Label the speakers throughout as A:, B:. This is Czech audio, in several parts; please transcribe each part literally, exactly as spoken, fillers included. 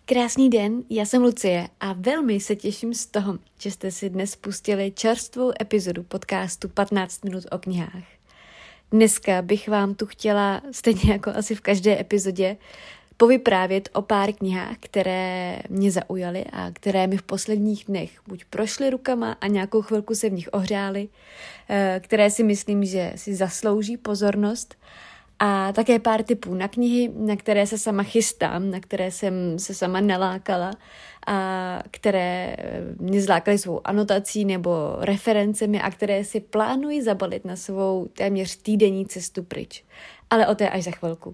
A: Krásný den, já jsem Lucie a velmi se těším z toho, že jste si dnes pustili čerstvou epizodu podcastu patnáct minut o knihách. Dneska bych vám tu chtěla, stejně jako asi v každé epizodě, povyprávět o pár knihách, které mě zaujaly a které mi v posledních dnech buď prošly rukama a nějakou chvilku se v nich ohřály, které si myslím, že si zaslouží pozornost, a také pár tipů na knihy, na které se sama chystám, na které jsem se sama nalákala a které mě zlákaly svou anotací nebo referencemi a které si plánuji zabalit na svou téměř týdenní cestu pryč. Ale o té až za chvilku.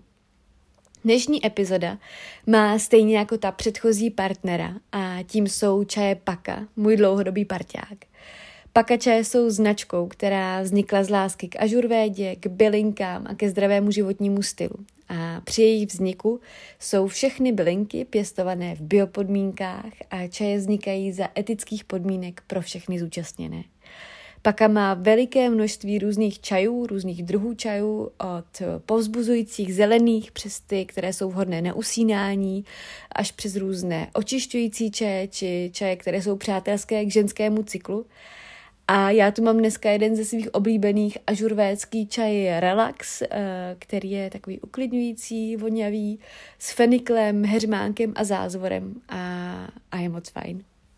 A: Dnešní epizoda má stejně jako ta předchozí partnera a tím jsou čaje Paka, můj dlouhodobý parťák. Paka čaje jsou značkou, která vznikla z lásky k ažurvédě, k bylinkám a ke zdravému životnímu stylu. A při jejich vzniku jsou všechny bylinky pěstované v biopodmínkách a čaje vznikají za etických podmínek pro všechny zúčastněné. Paka má veliké množství různých čajů, různých druhů čajů, od povzbuzujících zelených přes ty, které jsou vhodné na usínání, až přes různé očišťující čaje, či čaje, které jsou přátelské k ženskému cyklu. A já tu mám dneska jeden ze svých oblíbených ažurvédský čaj Relax, který je takový uklidňující, vonavý, s feniklem, heřmánkem a zázvorem a, a je moc fajn.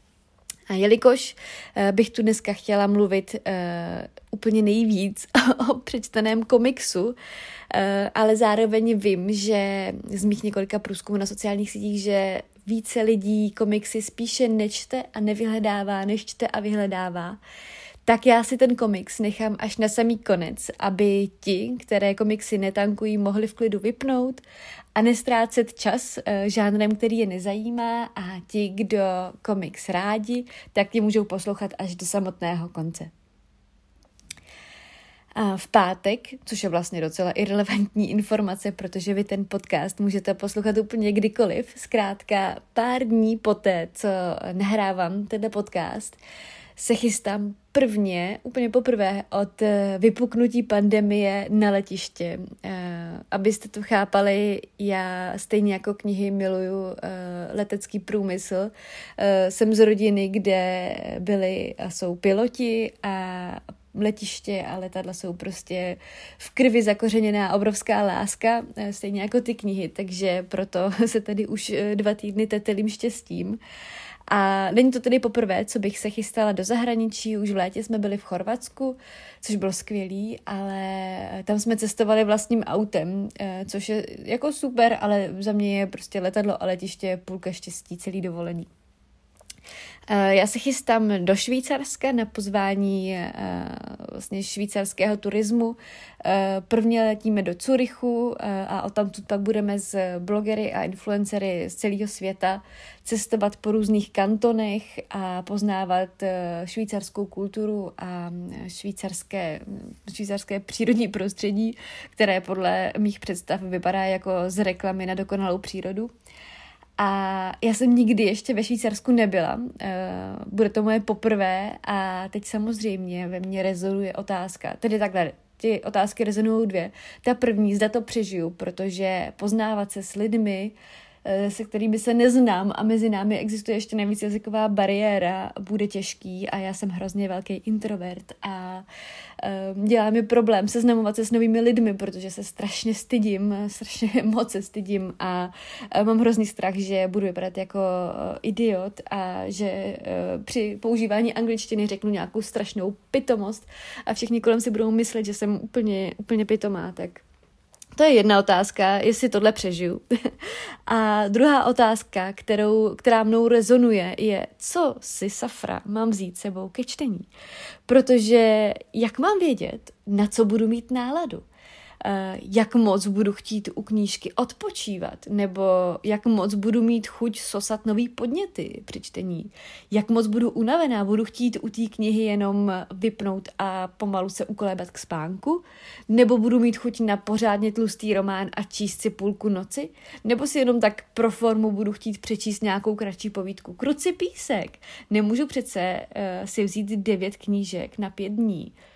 A: A jelikož bych tu dneska chtěla mluvit uh, úplně nejvíc o přečteném komiksu, uh, ale zároveň vím, že z mých několika průzkumů na sociálních sítích, že více lidí komiksy spíše nečte a nevyhledává, než čte a vyhledává, tak já si ten komiks nechám až na samý konec, aby ti, které komiksy netankují, mohli v klidu vypnout a nestrácet čas žánrem, který je nezajímá, a ti, kdo komiks rádi, tak ti můžou poslouchat až do samotného konce. A v pátek, což je vlastně docela irelevantní informace, protože vy ten podcast můžete poslouchat úplně kdykoliv, zkrátka pár dní poté, co nahrávám tenhle podcast, se chystám prvně, úplně poprvé od vypuknutí pandemie na letiště. Abyste to chápali, já stejně jako knihy miluju letecký průmysl. Jsem z rodiny, kde byli a jsou piloti a letiště a letadla jsou prostě v krvi zakořeněná obrovská láska, stejně jako ty knihy, takže proto se tady už dva týdny tetelím štěstím. A není to tedy poprvé, co bych se chystala do zahraničí, už v létě jsme byli v Chorvatsku, což bylo skvělý, ale tam jsme cestovali vlastním autem, což je jako super, ale za mě je prostě letadlo a letiště půlka štěstí celý dovolený. Já se chystám do Švýcarska na pozvání vlastně švýcarského turismu. Prvně letíme do Curychu a odtamtud pak budeme s blogery a influencery z celého světa cestovat po různých kantonech a poznávat švýcarskou kulturu a švýcarské, švýcarské přírodní prostředí, které podle mých představ vypadá jako z reklamy na dokonalou přírodu. A já jsem nikdy ještě ve Švýcarsku nebyla, bude to moje poprvé a teď samozřejmě ve mně rezonuje otázka, tedy takhle, ty otázky rezonují dvě. Ta první, zda to přežiju, protože poznávat se s lidmi, se kterými se neznám a mezi námi existuje ještě navíc jazyková bariéra, bude těžký a já jsem hrozně velký introvert a dělá mi problém seznamovat se s novými lidmi, protože se strašně stydím, strašně moc se stydím a mám hrozný strach, že budu vypadat jako idiot a že při používání angličtiny řeknu nějakou strašnou pitomost a všichni kolem si budou myslet, že jsem úplně, úplně pitomá, tak to je jedna otázka, jestli tohle přežiju. A druhá otázka, kterou, která mnou rezonuje, je, co si safra mám vzít sebou ke čtení. Protože jak mám vědět, na co budu mít náladu? Jak moc budu chtít u knížky odpočívat, nebo jak moc budu mít chuť sosat nový podněty při čtení, jak moc budu unavená, budu chtít u té knihy jenom vypnout a pomalu se ukolébat k spánku, nebo budu mít chuť na pořádně tlustý román a číst si půlku noci, nebo si jenom tak pro formu budu chtít přečíst nějakou kratší povídku. Kruci písek, nemůžu přece uh, si vzít devět knížek na pět dní.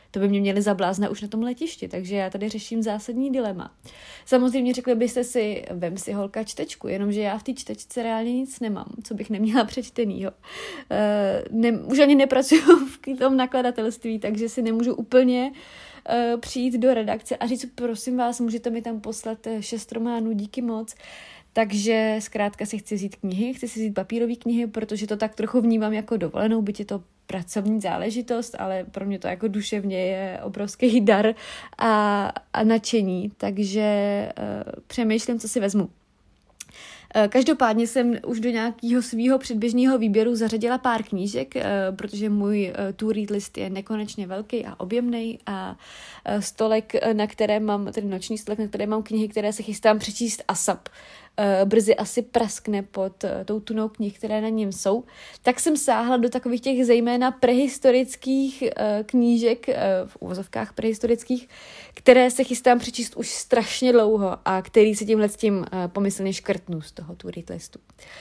A: To by mě měli zablázna už na tom letišti, takže já tady řeším zásadní dilema. Samozřejmě řekli byste si, vem si holka čtečku, jenomže já v té čtečce reálně nic nemám, co bych neměla přečtenýho. E, ne, už ani nepracuju v tom nakladatelství, takže si nemůžu úplně e, přijít do redakce a říct, prosím vás, můžete mi tam poslat šest románů, díky moc. Takže zkrátka si chci vzít knihy, chci si vzít papírové knihy, protože to tak trochu vnímám jako dovolenou, byť je to pracovní záležitost, ale pro mě to jako duševně je obrovský dar a, a nadšení, takže uh, přemýšlím, co si vezmu. Každopádně jsem už do nějakého svého předběžného výběru zařadila pár knížek, protože můj to-read list je nekonečně velký a objemný a stolek, na kterém mám, tedy noční stolek, na kterém mám knihy, které se chystám přečíst ASAP, brzy asi praskne pod tou tunou knih, které na něm jsou, tak jsem sáhla do takových těch zejména prehistorických knížek, v uvozovkách prehistorických, které se chystám přečíst už strašně dlouho a který se tímhle s tím pomyslně škrtnu z toho to-read listu.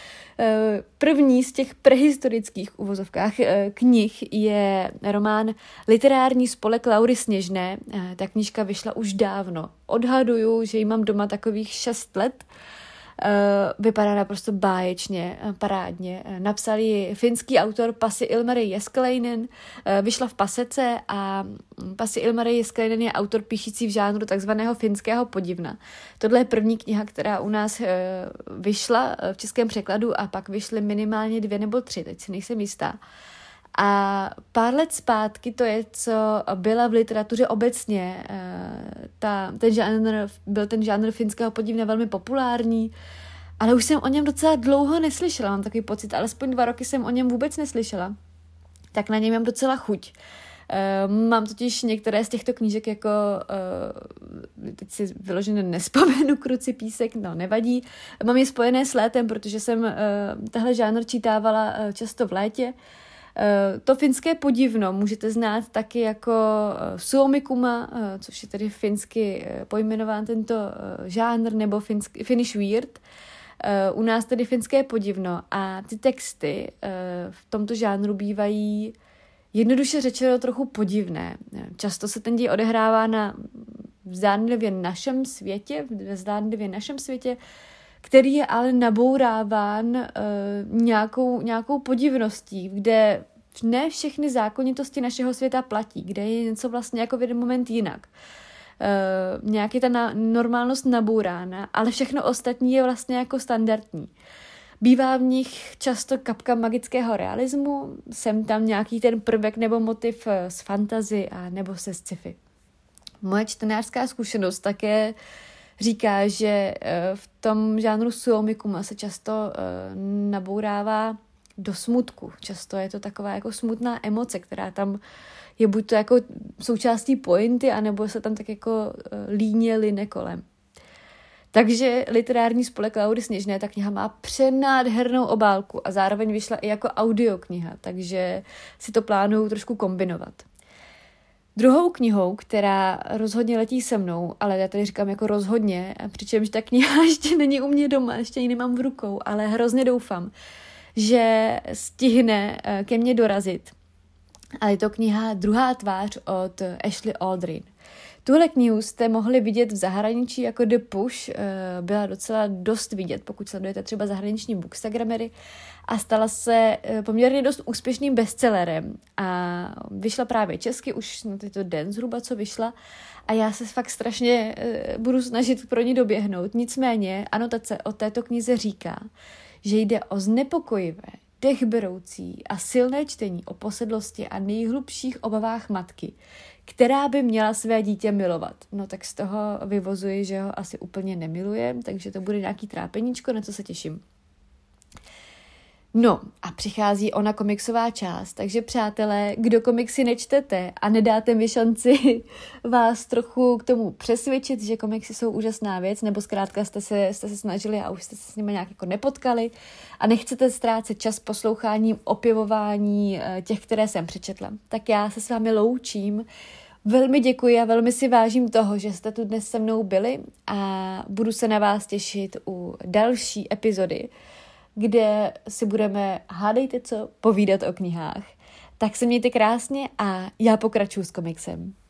A: První z těch prehistorických uvozovkách knih je román Literární spolek Laury Sněžné. Ta knížka vyšla už dávno. Odhaduju, že ji mám doma takových šest let. Vypadá naprosto báječně, parádně. Napsal ji finský autor Pasi Ilmari Jeskeleinen, vyšla v Pasece a Pasi Ilmari Jeskeleinen je autor píšící v žánru takzvaného finského podivna. Tohle je první kniha, která u nás vyšla v českém překladu a pak vyšly minimálně dvě nebo tři, teď si nejsem jistá. A pár let zpátky to je, co byla v literatuře obecně. Ta, ten žánr, byl ten žánr finského podivna velmi populární, ale už jsem o něm docela dlouho neslyšela, mám takový pocit, alespoň dva roky jsem o něm vůbec neslyšela. Tak na něj mám docela chuť. Mám totiž některé z těchto knížek jako, teď si vyloženě nespomenu, Kruci písek, no nevadí. Mám je spojené s létem, protože jsem tahle žánr čítávala často v létě. To finské podivno můžete znát taky jako suomikuma, což je tedy finsky pojmenován tento žánr, nebo finsk, Finnish weird. U nás tedy finské podivno a ty texty v tomto žánru bývají jednoduše řečeno trochu podivné. Často se ten děj odehrává na zdánlivě našem světě, ve zdánlivě našem světě, který je ale nabouráván uh, nějakou, nějakou podivností, kde ne všechny zákonitosti našeho světa platí, kde je něco vlastně jako v jeden moment jinak. Uh, nějak je ta na, normálnost nabourána, ale všechno ostatní je vlastně jako standardní. Bývá v nich často kapka magického realismu, sem tam nějaký ten prvek nebo motiv z fantasy a nebo se sci-fi. Moje čtenářská zkušenost také říká, že v tom žánru suomikuma se často nabourává do smutku. Často je to taková jako smutná emoce, která tam je buď to jako součástí pointy, anebo se tam tak jako líně line kolem. Takže Literární spolek Laury Sněžné, ta kniha má přenádhernou obálku a zároveň vyšla i jako audiokniha, takže si to plánuju trošku kombinovat. Druhou knihou, která rozhodně letí se mnou, ale já tady říkám jako rozhodně, přičemž ta kniha ještě není u mě doma, ještě ji nemám v rukou, ale hrozně doufám, že stihne ke mně dorazit. A je to kniha Druhá tvář od Ashley Aldrin. Tuhle knihu jste mohli vidět v zahraničí jako The Push, byla docela dost vidět, pokud sledujete třeba zahraniční bookstagramery a stala se poměrně dost úspěšným bestsellerem a vyšla právě česky, už na tento den zhruba, co vyšla a já se fakt strašně budu snažit pro ní doběhnout. Nicméně anotace o této knize říká, že jde o znepokojivé, dechberoucí a silné čtení o posedlosti a nejhlubších obavách matky, která by měla své dítě milovat. No tak z toho vyvozuji, že ho asi úplně nemiluje, takže to bude nějaký trápeníčko, na co se těším. No a přichází ona komiksová část, takže přátelé, kdo komiksy nečtete a nedáte mi šanci vás trochu k tomu přesvědčit, že komiksy jsou úžasná věc, nebo zkrátka jste se, jste se snažili a už jste se s nimi nějak jako nepotkali a nechcete ztrácet čas posloucháním, opěvování těch, které jsem přečetla, tak já se s vámi loučím. Velmi děkuji a velmi si vážím toho, že jste tu dnes se mnou byli a budu se na vás těšit u další epizody, kde si budeme, hádejte co, povídat o knihách. Tak se mějte krásně a já pokračuju s komiksem.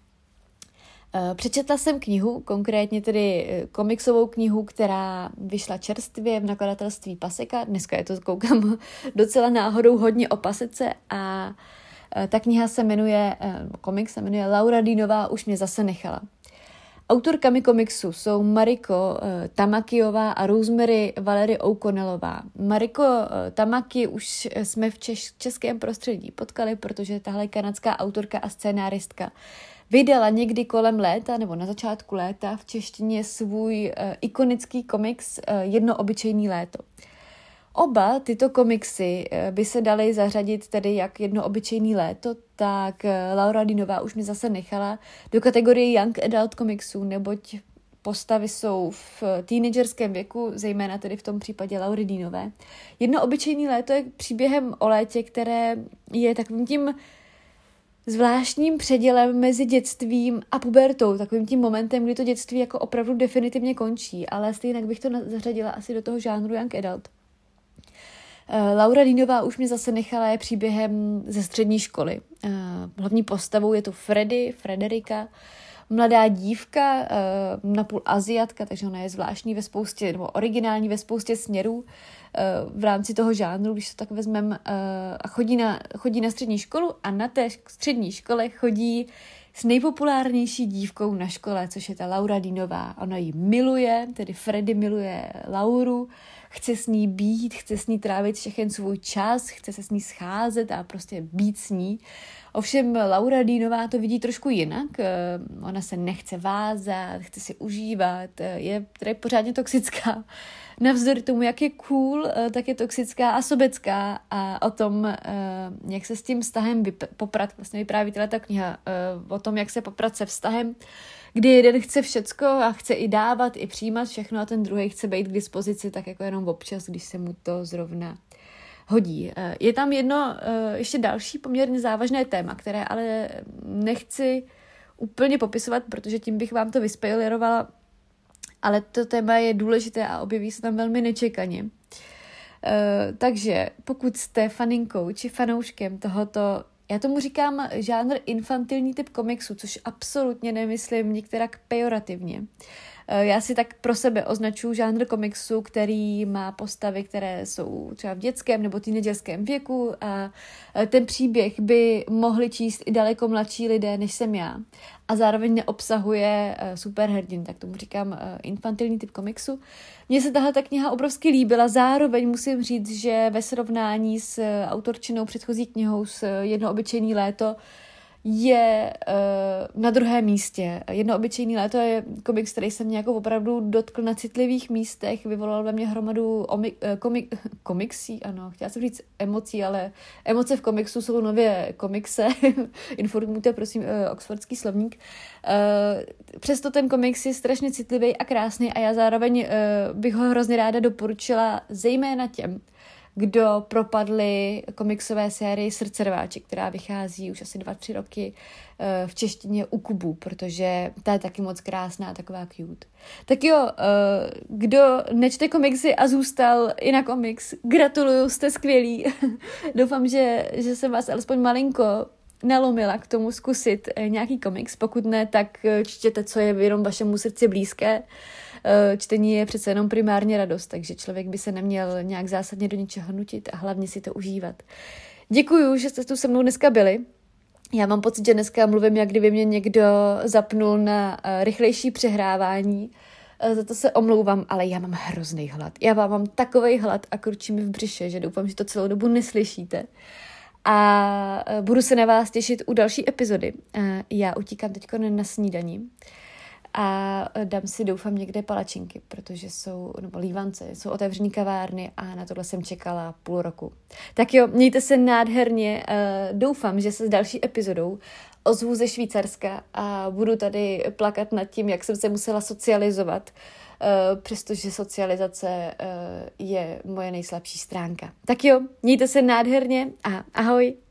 A: Přečetla jsem knihu, konkrétně tedy komiksovou knihu, která vyšla čerstvě v nakladatelství Paseka. Dneska je to, koukám, docela náhodou hodně o pasece a ta kniha se jmenuje, komiks se jmenuje Laura Deenová už mě zase nechala. Autorkami komiksu jsou Mariko Tamakijová a Rosemary Valery O'Connellová. Mariko Tamaki už jsme v češ- českém prostředí potkali, protože tahle kanadská autorka a scénáristka vydala někdy kolem léta, nebo na začátku léta v češtině svůj uh, ikonický komiks uh, Jedno obyčejný léto. Oba tyto komiksy uh, by se daly zařadit tedy jak Jedno obyčejný léto, tak uh, Laura Deenová už mi zase nechala do kategorie Young Adult komiksů, neboť postavy jsou v teenagerském věku, zejména tedy v tom případě Laury Deenové. Jedno obyčejný léto je příběhem o létě, které je takovým tím zvláštním předělem mezi dětstvím a pubertou, takovým tím momentem, kdy to dětství jako opravdu definitivně končí, ale stejně bych to zařadila asi do toho žánru Young Adult. Laura Deenová už mě zase nechala je příběhem ze střední školy. Hlavní postavou je to Freddy, Frederika, mladá dívka, napůl Aziatka, takže ona je zvláštní ve spoustě, nebo originální ve spoustě směrů v rámci toho žánru, když to tak vezmeme, a chodí na, chodí na střední školu a na té střední škole chodí s nejpopulárnější dívkou na škole, což je ta Laura Deenová. Ona ji miluje, tedy Freddy miluje Lauru, chce s ní být, chce s ní trávit všechen svůj čas, chce se s ní scházet a prostě být s ní. Ovšem Laura Deenová to vidí trošku jinak, ona se nechce vázat, chce si užívat, je tedy pořádně toxická. Navzdory tomu, jak je cool, tak je toxická a sobecká a o tom, jak se s tím vztahem poprat, vlastně vypráví ta kniha, o tom, jak se poprat se vztahem, kdy jeden chce všecko a chce i dávat, i přijímat všechno a ten druhý chce být k dispozici tak jako jenom občas, když se mu to zrovna hodí. Je tam jedno ještě další poměrně závažné téma, které ale nechci úplně popisovat, protože tím bych vám to vyspoilerovala, ale to téma je důležité a objeví se tam velmi nečekaně. Takže pokud jste faninkou či fanouškem tohoto, já tomu říkám žánr infantilní typ komiksu, což absolutně nemyslím nikterak pejorativně. Já si tak pro sebe označuji žánr komiksu, který má postavy, které jsou třeba v dětském nebo teenagerském věku a ten příběh by mohli číst i daleko mladší lidé, než jsem já. A zároveň neobsahuje superhrdin, tak tomu říkám infantilní typ komiksu. Mně se tahle ta kniha obrovsky líbila, zároveň musím říct, že ve srovnání s autorčinou předchozí knihou s Jedno obyčejný léto je uh, na druhém místě. Jedno obyčejný léto je komiks, který se mě jako opravdu dotkl na citlivých místech, vyvolal ve mně hromadu omi- komik- komiksí, ano, chtěla jsem říct emocí, ale emoce v komiksu jsou nově komikse, informujte prosím uh, oxfordský slovník. Uh, přesto ten komiks je strašně citlivý a krásný a já zároveň uh, bych ho hrozně ráda doporučila zejména těm, kdo propadli komiksové sérii Srdcerváči, která vychází už asi dva, tři roky v češtině u Kubu, protože ta je taky moc krásná, taková cute. Tak jo, kdo nečte komiksy a zůstal i na komiks, gratuluju, jste skvělí. Doufám, že, že jsem vás alespoň malinko nalomila k tomu zkusit nějaký komiks. Pokud ne, tak čtěte, co je jenom vašemu srdci blízké. Čtení je přece jenom primárně radost, takže člověk by se neměl nějak zásadně do ničeho nutit a hlavně si to užívat. Děkuju, že jste tu se mnou dneska byli. Já mám pocit, že dneska mluvím, jak kdyby mě někdo zapnul na rychlejší přehrávání. Za to se omlouvám, ale já mám hrozný hlad. Já vám mám takovej hlad a kručí mi v břiše, že doufám, že to celou dobu neslyšíte. A budu se na vás těšit u další epizody. Já utíkám teďko na snídaní. A dám si, doufám, někde palačinky, protože jsou, nebo lívance, jsou otevřený kavárny a na tohle jsem čekala půl roku. Tak jo, mějte se nádherně, doufám, že se s další epizodou ozvu ze Švýcarska a budu tady plakat nad tím, jak jsem se musela socializovat, přestože socializace je moje nejslabší stránka. Tak jo, mějte se nádherně a ahoj!